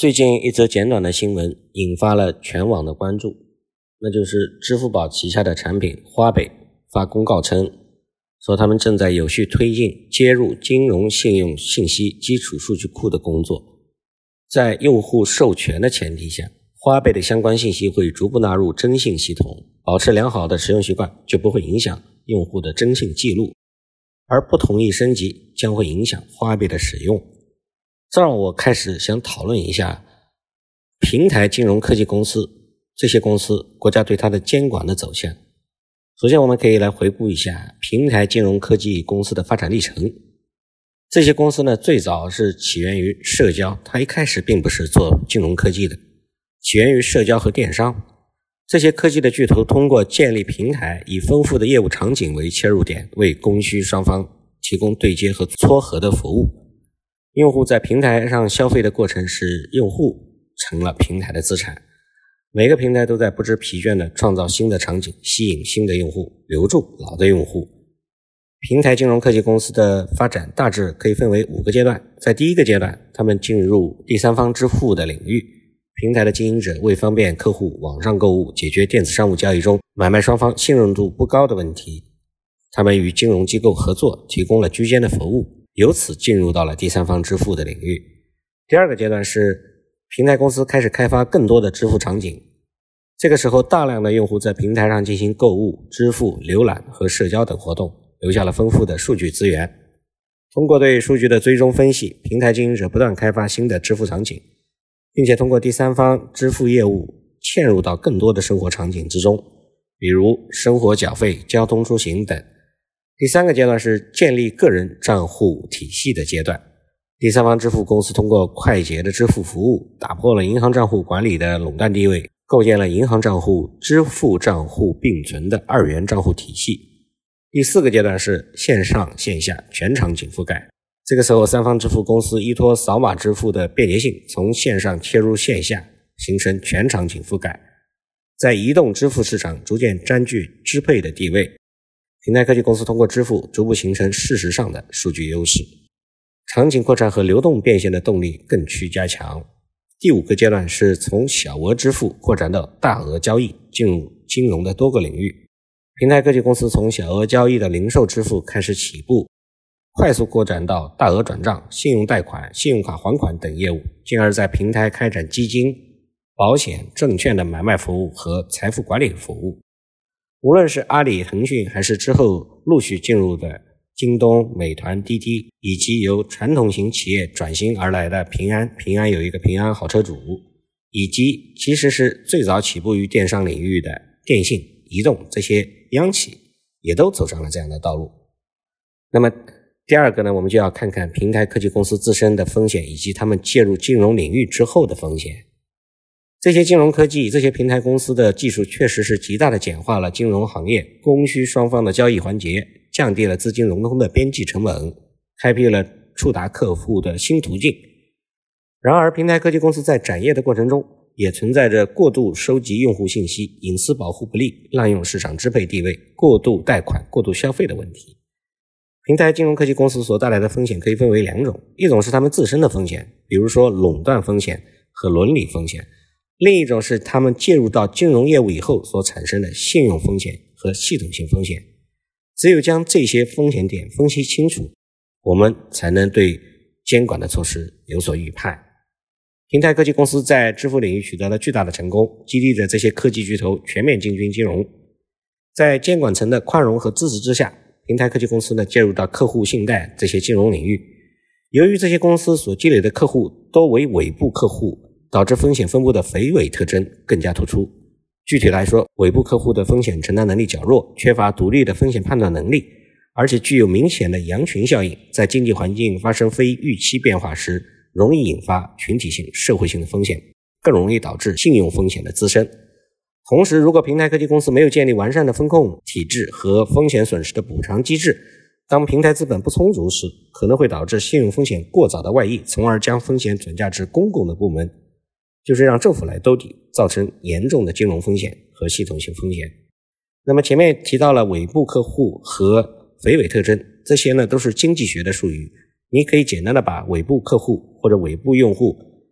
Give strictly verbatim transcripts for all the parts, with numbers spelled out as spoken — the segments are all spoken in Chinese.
最近一则简短的新闻引发了全网的关注，那就是支付宝旗下的产品花呗发公告称，说他们正在有序推进接入金融信用信息基础数据库的工作。在用户授权的前提下，花呗的相关信息会逐步纳入征信系统，保持良好的使用习惯就不会影响用户的征信记录，而不同意升级将会影响花呗的使用。这让我开始想讨论一下平台金融科技公司，这些公司国家对它的监管的走向。首先我们可以来回顾一下平台金融科技公司的发展历程。这些公司呢，最早是起源于社交，它一开始并不是做金融科技的，起源于社交和电商。这些科技的巨头通过建立平台，以丰富的业务场景为切入点，为供需双方提供对接和撮合的服务。用户在平台上消费的过程使用户成了平台的资产，每个平台都在不知疲倦地创造新的场景，吸引新的用户，留住老的用户。平台金融科技公司的发展大致可以分为五个阶段。在第一个阶段，他们进入第三方支付的领域，平台的经营者为方便客户网上购物，解决电子商务交易中买卖双方信任度不高的问题，他们与金融机构合作，提供了居间的服务，由此进入到了第三方支付的领域。第二个阶段是平台公司开始开发更多的支付场景，这个时候大量的用户在平台上进行购物、支付、浏览和社交等活动，留下了丰富的数据资源。通过对数据的追踪分析，平台经营者不断开发新的支付场景，并且通过第三方支付业务嵌入到更多的生活场景之中，比如生活缴费、交通出行等。第三个阶段是建立个人账户体系的阶段。第三方支付公司通过快捷的支付服务，打破了银行账户管理的垄断地位，构建了银行账户、支付账户并存的二元账户体系。第四个阶段是线上线下全场景覆盖。这个时候，三方支付公司依托扫码支付的便捷性，从线上切入线下，形成全场景覆盖，在移动支付市场逐渐占据支配的地位。平台科技公司通过支付逐步形成事实上的数据优势，场景扩展和流动变现的动力更趋加强。第五个阶段是从小额支付扩展到大额交易，进入金融的多个领域。平台科技公司从小额交易的零售支付开始起步，快速扩展到大额转账、信用贷款、信用卡还款等业务，进而在平台开展基金、保险、证券的买卖服务和财富管理服务。无论是阿里、腾讯，还是之后陆续进入的京东、美团、滴滴，以及由传统型企业转型而来的平安，平安有一个平安好车主，以及其实是最早起步于电商领域的电信、移动，这些央企也都走上了这样的道路。那么第二个呢，我们就要看看平台科技公司自身的风险，以及他们介入金融领域之后的风险。这些金融科技、这些平台公司的技术确实是极大的简化了金融行业供需双方的交易环节，降低了资金融通的边际成本，开辟了触达客户的新途径。然而，平台科技公司在展业的过程中也存在着过度收集用户信息、隐私保护不力、滥用市场支配地位、过度贷款、过度消费的问题。平台金融科技公司所带来的风险可以分为两种，一种是他们自身的风险，比如说垄断风险和伦理风险；另一种是他们介入到金融业务以后所产生的信用风险和系统性风险。只有将这些风险点分析清楚，我们才能对监管的措施有所预判。平台科技公司在支付领域取得了巨大的成功，激励着这些科技巨头全面进军金融。在监管层的宽容和支持之下，平台科技公司呢介入到客户信贷这些金融领域。由于这些公司所积累的客户多为尾部客户，导致风险分布的肥尾特征更加突出。具体来说，尾部客户的风险承担能力较弱，缺乏独立的风险判断能力，而且具有明显的羊群效应，在经济环境发生非预期变化时，容易引发群体性、社会性的风险，更容易导致信用风险的滋生。同时，如果平台科技公司没有建立完善的风控体制和风险损失的补偿机制，当平台资本不充足时，可能会导致信用风险过早的外溢，从而将风险转嫁至公共的部门，就是让政府来兜底，造成严重的金融风险和系统性风险。那么前面提到了尾部客户和肥尾特征，这些呢都是经济学的术语，你可以简单的把尾部客户或者尾部用户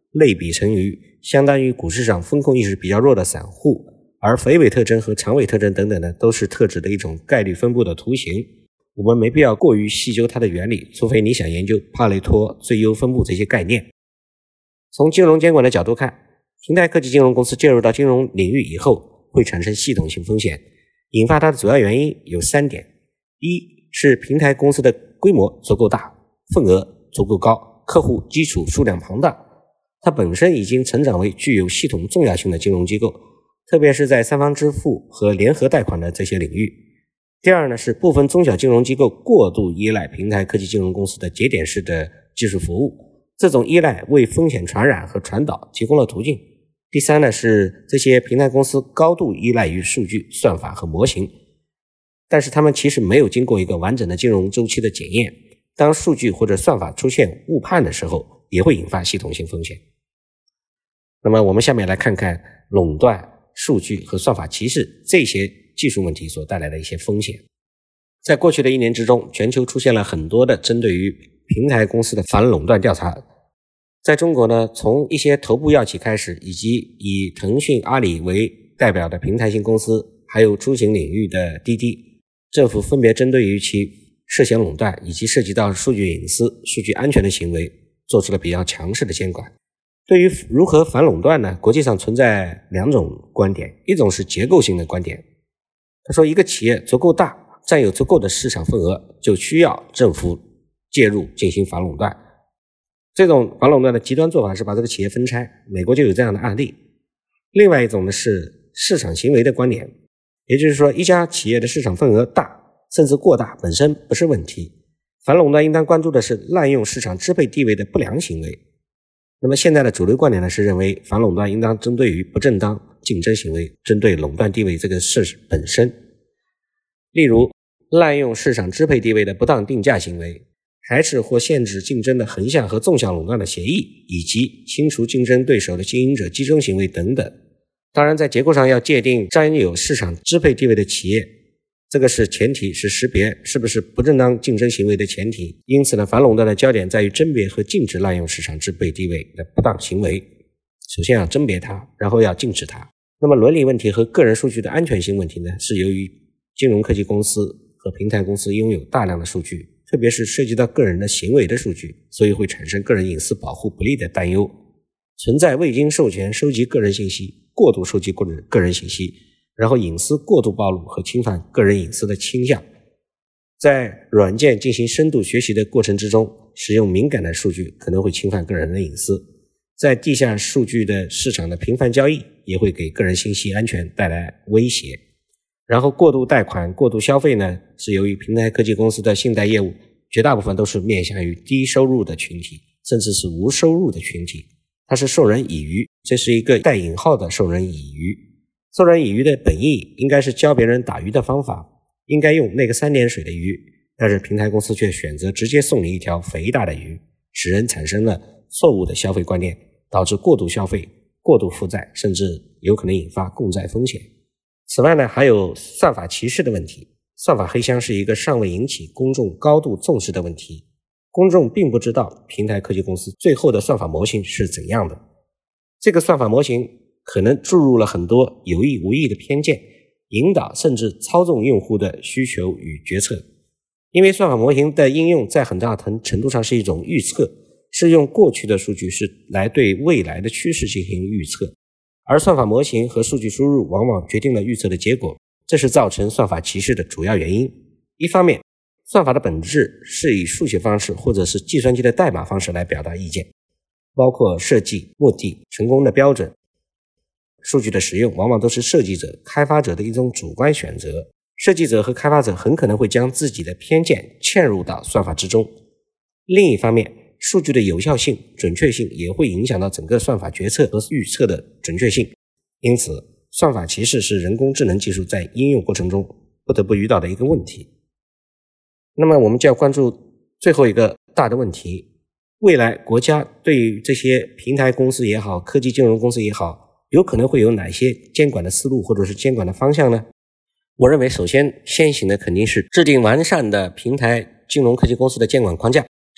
类比成鱼，相当于股市上风控意识比较弱的散户，而肥尾特征和长尾特征等等呢，都是特指的一种概率分布的图形。我们没必要过于细究它的原理，除非你想研究帕累托、最优分布这些概念。从金融监管的角度看，平台科技金融公司介入到金融领域以后，会产生系统性风险，引发它的主要原因有三点：一是平台公司的规模足够大，份额足够高，客户基础数量庞大，它本身已经成长为具有系统重要性的金融机构，特别是在三方支付和联合贷款的这些领域。第二呢，是部分中小金融机构过度依赖平台科技金融公司的节点式的技术服务，这种依赖为风险传染和传导提供了途径。第三呢，是这些平台公司高度依赖于数据、算法和模型，但是他们其实没有经过一个完整的金融周期的检验，当数据或者算法出现误判的时候，也会引发系统性风险。那么我们下面来看看垄断、数据和算法歧视这些技术问题所带来的一些风险。在过去的一年之中，全球出现了很多的针对于平台公司的反垄断调查。在中国呢，从一些头部药企开始，以及以腾讯、阿里为代表的平台型公司，还有出行领域的滴滴，政府分别针对于其涉嫌垄断以及涉及到数据隐私、数据安全的行为，做出了比较强势的监管。对于如何反垄断呢，国际上存在两种观点，一种是结构性的观点，他说一个企业足够大，占有足够的市场份额，就需要政府介入进行反垄断。这种反垄断的极端做法是把这个企业分拆，美国就有这样的案例。另外一种呢是市场行为的观点，也就是说一家企业的市场份额大甚至过大本身不是问题，反垄断应当关注的是滥用市场支配地位的不良行为。那么现在的主流观点呢是认为反垄断应当针对于不正当竞争行为，针对垄断地位这个事本身。例如滥用市场支配地位的不当定价行为，排斥或限制竞争的横向和纵向垄断的协议，以及清除竞争对手的经营者集中行为等等。当然在结构上要界定占有市场支配地位的企业，这个是前提，是识别是不是不正当竞争行为的前提。因此呢，反垄断的焦点在于甄别和禁止滥用市场支配地位的不当行为。首先要甄别它，然后要禁止它。那么伦理问题和个人数据的安全性问题呢，是由于金融科技公司和平台公司拥有大量的数据，特别是涉及到个人的行为的数据，所以会产生个人隐私保护不利的担忧，存在未经授权收集个人信息、过度收集个人信息，然后隐私过度暴露和侵犯个人隐私的倾向。在软件进行深度学习的过程之中，使用敏感的数据可能会侵犯个人的隐私。在地下数据的市场的频繁交易也会给个人信息安全带来威胁。然后过度贷款、过度消费呢，是由于平台科技公司的信贷业务绝大部分都是面向于低收入的群体，甚至是无收入的群体，它是授人以渔，这是一个带引号的授人以渔。授人以渔的本意应该是教别人打鱼的方法，应该用那个三点水的鱼，但是平台公司却选择直接送你一条肥大的鱼，使人产生了错误的消费观念，导致过度消费、过度负债，甚至有可能引发共债风险。此外呢，还有算法歧视的问题。算法黑箱是一个尚未引起公众高度重视的问题，公众并不知道平台科技公司最后的算法模型是怎样的。这个算法模型可能注入了很多有意无意的偏见，引导甚至操纵用户的需求与决策。因为算法模型的应用在很大程度上是一种预测，是用过去的数据是来对未来的趋势进行预测，而算法模型和数据输入往往决定了预测的结果，这是造成算法歧视的主要原因。一方面，算法的本质是以数学方式或者是计算机的代码方式来表达意见，包括设计、目的、成功的标准。数据的使用往往都是设计者、开发者的一种主观选择，设计者和开发者很可能会将自己的偏见嵌入到算法之中。另一方面，数据的有效性、准确性也会影响到整个算法决策和预测的准确性。因此，算法歧视是人工智能技术在应用过程中不得不遇到的一个问题。那么我们就要关注最后一个大的问题，未来国家对于这些平台公司也好，科技金融公司也好，有可能会有哪些监管的思路或者是监管的方向呢？我认为首先先行的肯定是制定完善的平台金融科技公司的监管框架，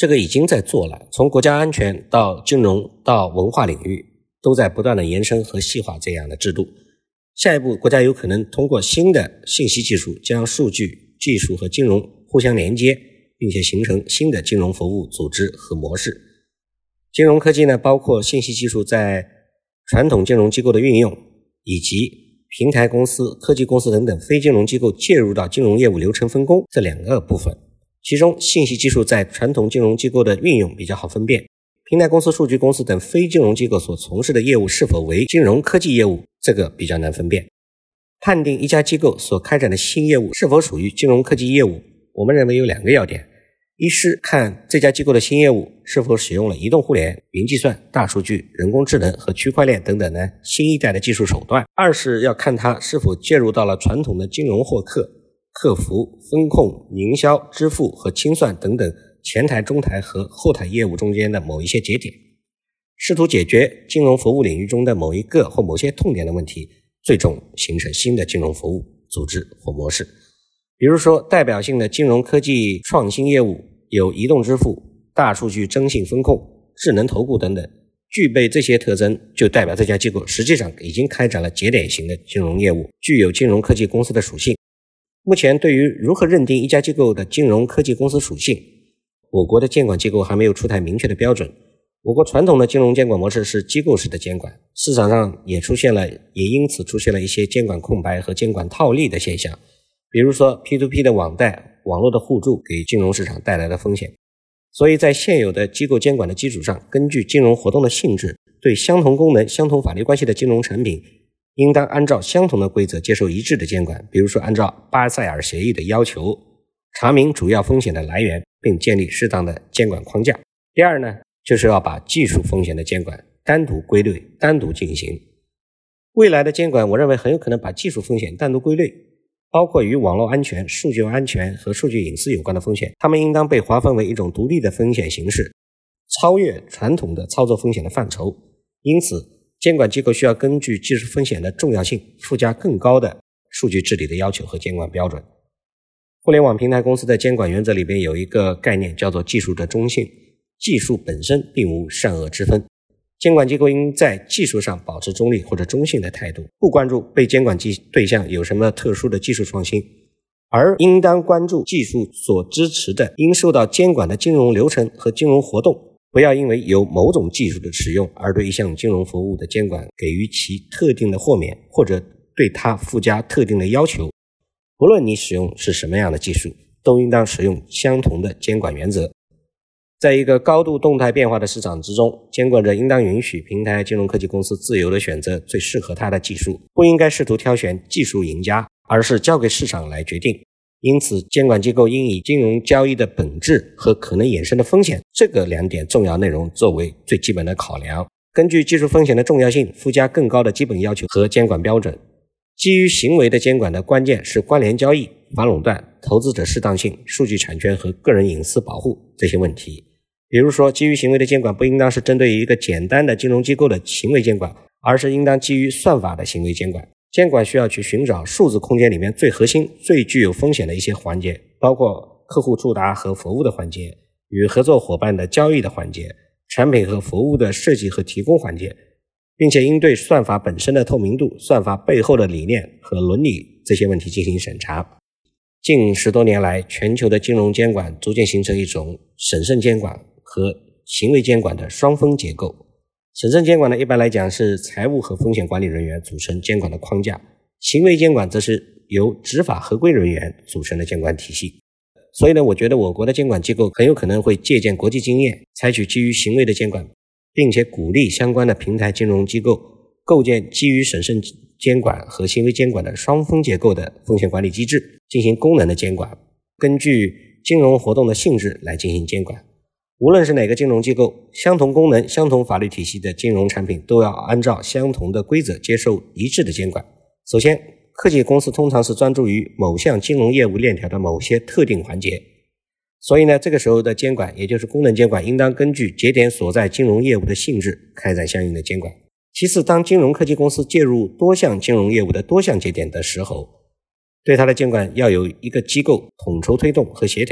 这个已经在做了，从国家安全到金融到文化领域，都在不断的延伸和细化这样的制度。下一步，国家有可能通过新的信息技术，将数据、技术和金融互相连接，并且形成新的金融服务组织和模式。金融科技呢，包括信息技术在传统金融机构的运用，以及平台公司、科技公司等等非金融机构介入到金融业务流程分工这两个部分。其中信息技术在传统金融机构的运用比较好分辨，平台公司、数据公司等非金融机构所从事的业务是否为金融科技业务，这个比较难分辨。判定一家机构所开展的新业务是否属于金融科技业务，我们认为有两个要点：一是看这家机构的新业务是否使用了移动互联、云计算、大数据、人工智能和区块链等等呢新一代的技术手段；二是要看它是否介入到了传统的金融获客、客服、风控、营销、支付和清算等等前台、中台和后台业务中间的某一些节点，试图解决金融服务领域中的某一个或某些痛点的问题，最终形成新的金融服务组织或模式。比如说，代表性的金融科技创新业务有移动支付、大数据征信风控、智能投顾等等，具备这些特征，就代表这家机构实际上已经开展了节点型的金融业务，具有金融科技公司的属性。目前对于如何认定一家机构的金融科技公司属性，我国的监管机构还没有出台明确的标准。我国传统的金融监管模式是机构式的监管，市场上也出现了，也因此出现了一些监管空白和监管套利的现象。比如说 P to P 的网贷、网络的互助给金融市场带来的风险。所以在现有的机构监管的基础上，根据金融活动的性质，对相同功能、相同法律关系的金融产品应当按照相同的规则接受一致的监管。比如说按照巴塞尔协议的要求，查明主要风险的来源，并建立适当的监管框架。第二呢，就是要把技术风险的监管单独归类、单独进行。未来的监管，我认为很有可能把技术风险单独归类，包括与网络安全、数据安全和数据隐私有关的风险，它们应当被划分为一种独立的风险形式，超越传统的操作风险的范畴。因此，监管机构需要根据技术风险的重要性，附加更高的数据治理的要求和监管标准。互联网平台公司的监管原则里边有一个概念叫做技术的中性，技术本身并无善恶之分，监管机构应在技术上保持中立或者中性的态度，不关注被监管对象有什么特殊的技术创新，而应当关注技术所支持的应受到监管的金融流程和金融活动。不要因为有某种技术的使用而对一项金融服务的监管给予其特定的豁免，或者对它附加特定的要求。不论你使用是什么样的技术，都应当使用相同的监管原则。在一个高度动态变化的市场之中，监管者应当允许平台金融科技公司自由地选择最适合它的技术，不应该试图挑选技术赢家，而是交给市场来决定。因此，监管机构应以金融交易的本质和可能衍生的风险这个两点重要内容作为最基本的考量，根据技术风险的重要性附加更高的基本要求和监管标准。基于行为的监管的关键是关联交易、反垄断、投资者适当性、数据产权和个人隐私保护这些问题。比如说，基于行为的监管不应当是针对于一个简单的金融机构的行为监管，而是应当基于算法的行为监管。监管需要去寻找数字空间里面最核心、最具有风险的一些环节，包括客户触达和服务的环节、与合作伙伴的交易的环节、产品和服务的设计和提供环节，并且应对算法本身的透明度、算法背后的理念和伦理这些问题进行审查。近十多年来，全球的金融监管逐渐形成一种审慎监管和行为监管的双峰结构。审慎监管呢，一般来讲是财务和风险管理人员组成监管的框架，行为监管则是由执法合规人员组成的监管体系。所以呢，我觉得我国的监管机构很有可能会借鉴国际经验，采取基于行为的监管，并且鼓励相关的平台金融机构构建基于审慎监管和行为监管的双峰结构的风险管理机制，进行功能的监管，根据金融活动的性质来进行监管。无论是哪个金融机构，相同功能、相同法律体系的金融产品都要按照相同的规则接受一致的监管。首先，科技公司通常是专注于某项金融业务链条的某些特定环节，所以呢，这个时候的监管，也就是功能监管，应当根据节点所在金融业务的性质开展相应的监管。其次，当金融科技公司介入多项金融业务的多项节点的时候，对它的监管要有一个机构统筹推动和协调，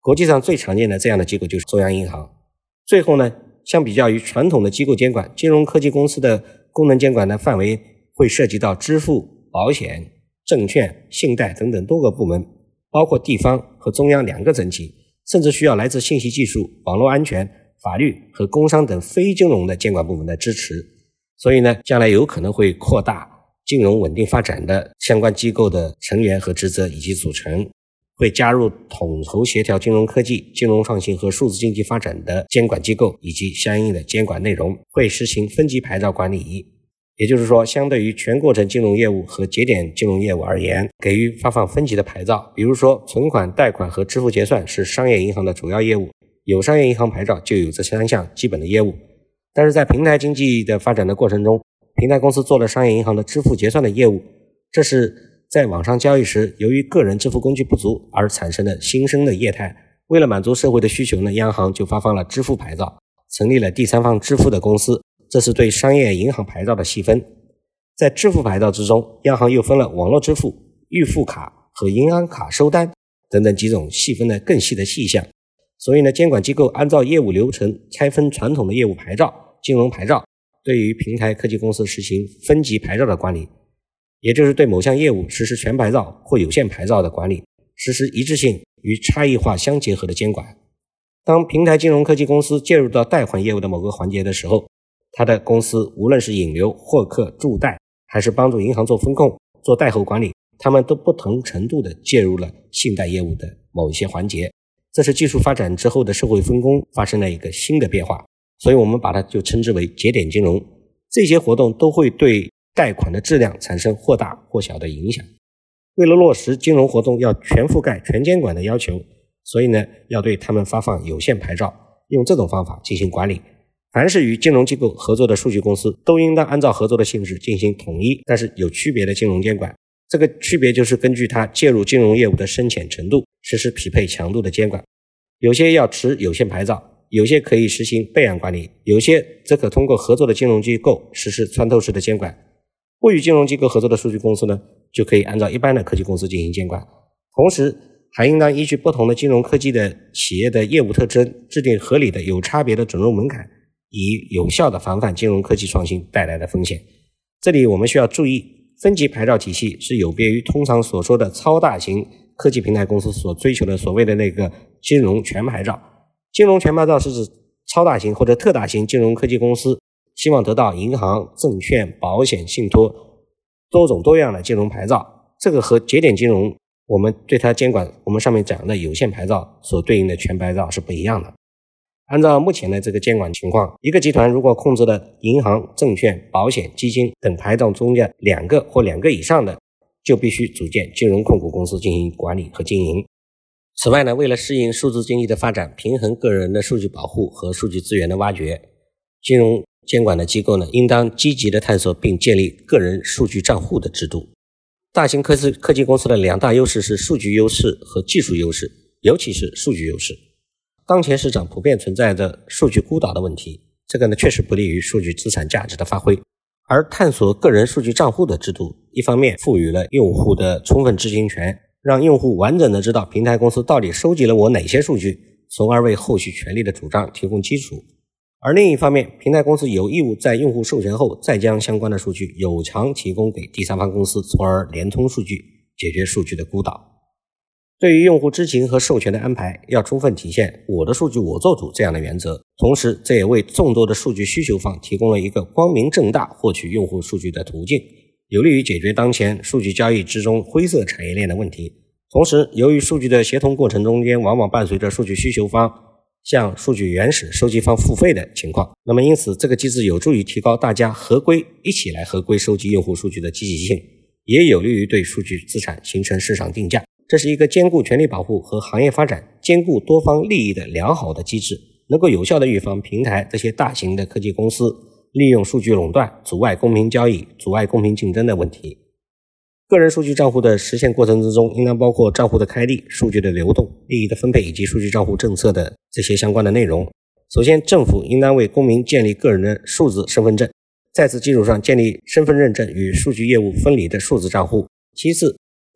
国际上最常见的这样的机构就是中央银行。最后呢，相比较于传统的机构监管，金融科技公司的功能监管的范围会涉及到支付、保险、证券、信贷等等多个部门，包括地方和中央两个层级，甚至需要来自信息技术、网络安全、法律和工商等非金融的监管部门的支持。所以呢，将来有可能会扩大金融稳定发展的相关机构的成员和职责以及组成，会加入统筹协调金融科技、金融创新和数字经济发展的监管机构以及相应的监管内容，会实行分级牌照管理。也就是说，相对于全过程金融业务和节点金融业务而言，给予发放分级的牌照。比如说，存款、贷款和支付结算是商业银行的主要业务，有商业银行牌照就有这三项基本的业务。但是在平台经济的发展的过程中，平台公司做了商业银行的支付结算的业务，这是在网上交易时由于个人支付工具不足而产生的新生的业态。为了满足社会的需求呢，央行就发放了支付牌照，成立了第三方支付的公司，这是对商业银行牌照的细分。在支付牌照之中，央行又分了网络支付、预付卡和银行卡收单等等几种细分的更细的细项。所以呢，监管机构按照业务流程拆分传统的业务牌照、金融牌照，对于平台科技公司实行分级牌照的管理，也就是对某项业务实施全牌照或有限牌照的管理，实施一致性与差异化相结合的监管。当平台金融科技公司介入到贷款业务的某个环节的时候，它的公司无论是引流、获客、助贷，还是帮助银行做风控、做贷后管理，他们都不同程度地介入了信贷业务的某一些环节。这是技术发展之后的社会分工发生了一个新的变化，所以我们把它就称之为节点金融。这些活动都会对贷款的质量产生或大或小的影响。为了落实金融活动要全覆盖、全监管的要求，所以呢，要对他们发放有限牌照，用这种方法进行管理。凡是与金融机构合作的数据公司，都应当按照合作的性质进行统一但是有区别的金融监管。这个区别就是根据它介入金融业务的深浅程度，实施匹配强度的监管。有些要持有限牌照，有些可以实行备案管理，有些则可通过合作的金融机构实施穿透式的监管。不与金融机构合作的数据公司呢，就可以按照一般的科技公司进行监管。同时还应当依据不同的金融科技的企业的业务特征，制定合理的有差别的准入门槛，以有效地防范金融科技创新带来的风险。这里我们需要注意，分级牌照体系是有别于通常所说的超大型科技平台公司所追求的所谓的那个金融全牌照。金融全牌照是指超大型或者特大型金融科技公司希望得到银行、证券、保险、信托多种多样的金融牌照，这个和节点金融我们对它监管我们上面讲的有限牌照所对应的全牌照是不一样的。按照目前的这个监管情况，一个集团如果控制了银行、证券、保险、基金等牌照中的两个或两个以上的，就必须组建金融控股公司进行管理和经营。此外呢，为了适应数字经济的发展，平衡个人的数据保护和数据资源的挖掘，金融监管的机构呢，应当积极的探索并建立个人数据账户的制度。大型科技科技公司的两大优势是数据优势和技术优势，尤其是数据优势。当前市场普遍存在着数据孤岛的问题，这个呢确实不利于数据资产价值的发挥。而探索个人数据账户的制度，一方面赋予了用户的充分知情权，让用户完整的知道平台公司到底收集了我哪些数据，从而为后续权利的主张提供基础。而另一方面，平台公司有义务在用户授权后再将相关的数据有偿提供给第三方公司，从而连通数据，解决数据的孤岛。对于用户知情和授权的安排，要充分体现我的数据我做主这样的原则，同时这也为众多的数据需求方提供了一个光明正大获取用户数据的途径，有利于解决当前数据交易之中灰色产业链的问题。同时，由于数据的协同过程中间往往伴随着数据需求方向数据原始收集方付费的情况，那么因此这个机制有助于提高大家合规一起来合规收集用户数据的积极性，也有利于对数据资产形成市场定价。这是一个兼顾权利保护和行业发展、兼顾多方利益的良好的机制，能够有效地预防平台这些大型的科技公司利用数据垄断、阻碍公平交易、阻碍公平竞争的问题。个人数据账户的实现过程之中，应当包括账户的开立、数据的流动、利益的分配以及数据账户政策的这些相关的内容。首先，政府应当为公民建立个人的数字身份证，在此基础上建立身份认证与数据业务分离的数字账户。其次，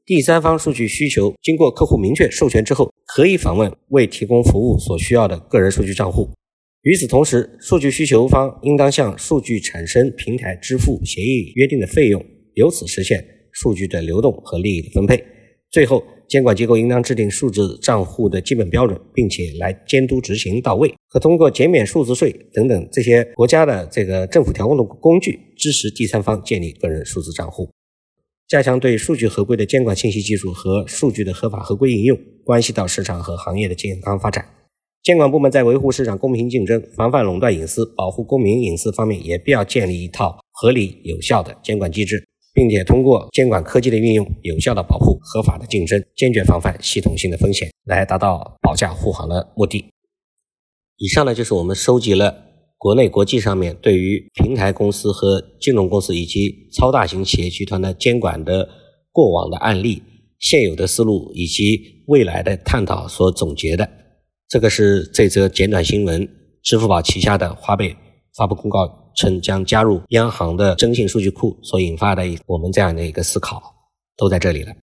第三方数据需求经过客户明确授权之后，可以访问为提供服务所需要的个人数据账户。与此同时，数据需求方应当向数据产生平台支付协议约定的费用，由此实现数据的流动和利益的分配。最后，监管机构应当制定数字账户的基本标准，并且来监督执行到位，可通过减免数字税等等这些国家的这个政府调控的工具，支持第三方建立个人数字账户。加强对数据合规的监管信息技术和数据的合法合规应用，关系到市场和行业的健康发展。监管部门在维护市场公平竞争、防范垄断隐私、保护公民隐私方面，也必要建立一套合理有效的监管机制，并且通过监管科技的运用，有效的保护合法的竞争，坚决防范系统性的风险，来达到保驾护航的目的。以上呢，就是我们收集了国内国际上面对于平台公司和金融公司以及超大型企业集团的监管的过往的案例、现有的思路以及未来的探讨所总结的。这个是这则简短新闻，支付宝旗下的花呗发布公告称将加入央行的征信数据库所引发的我们这样的一个思考，都在这里了。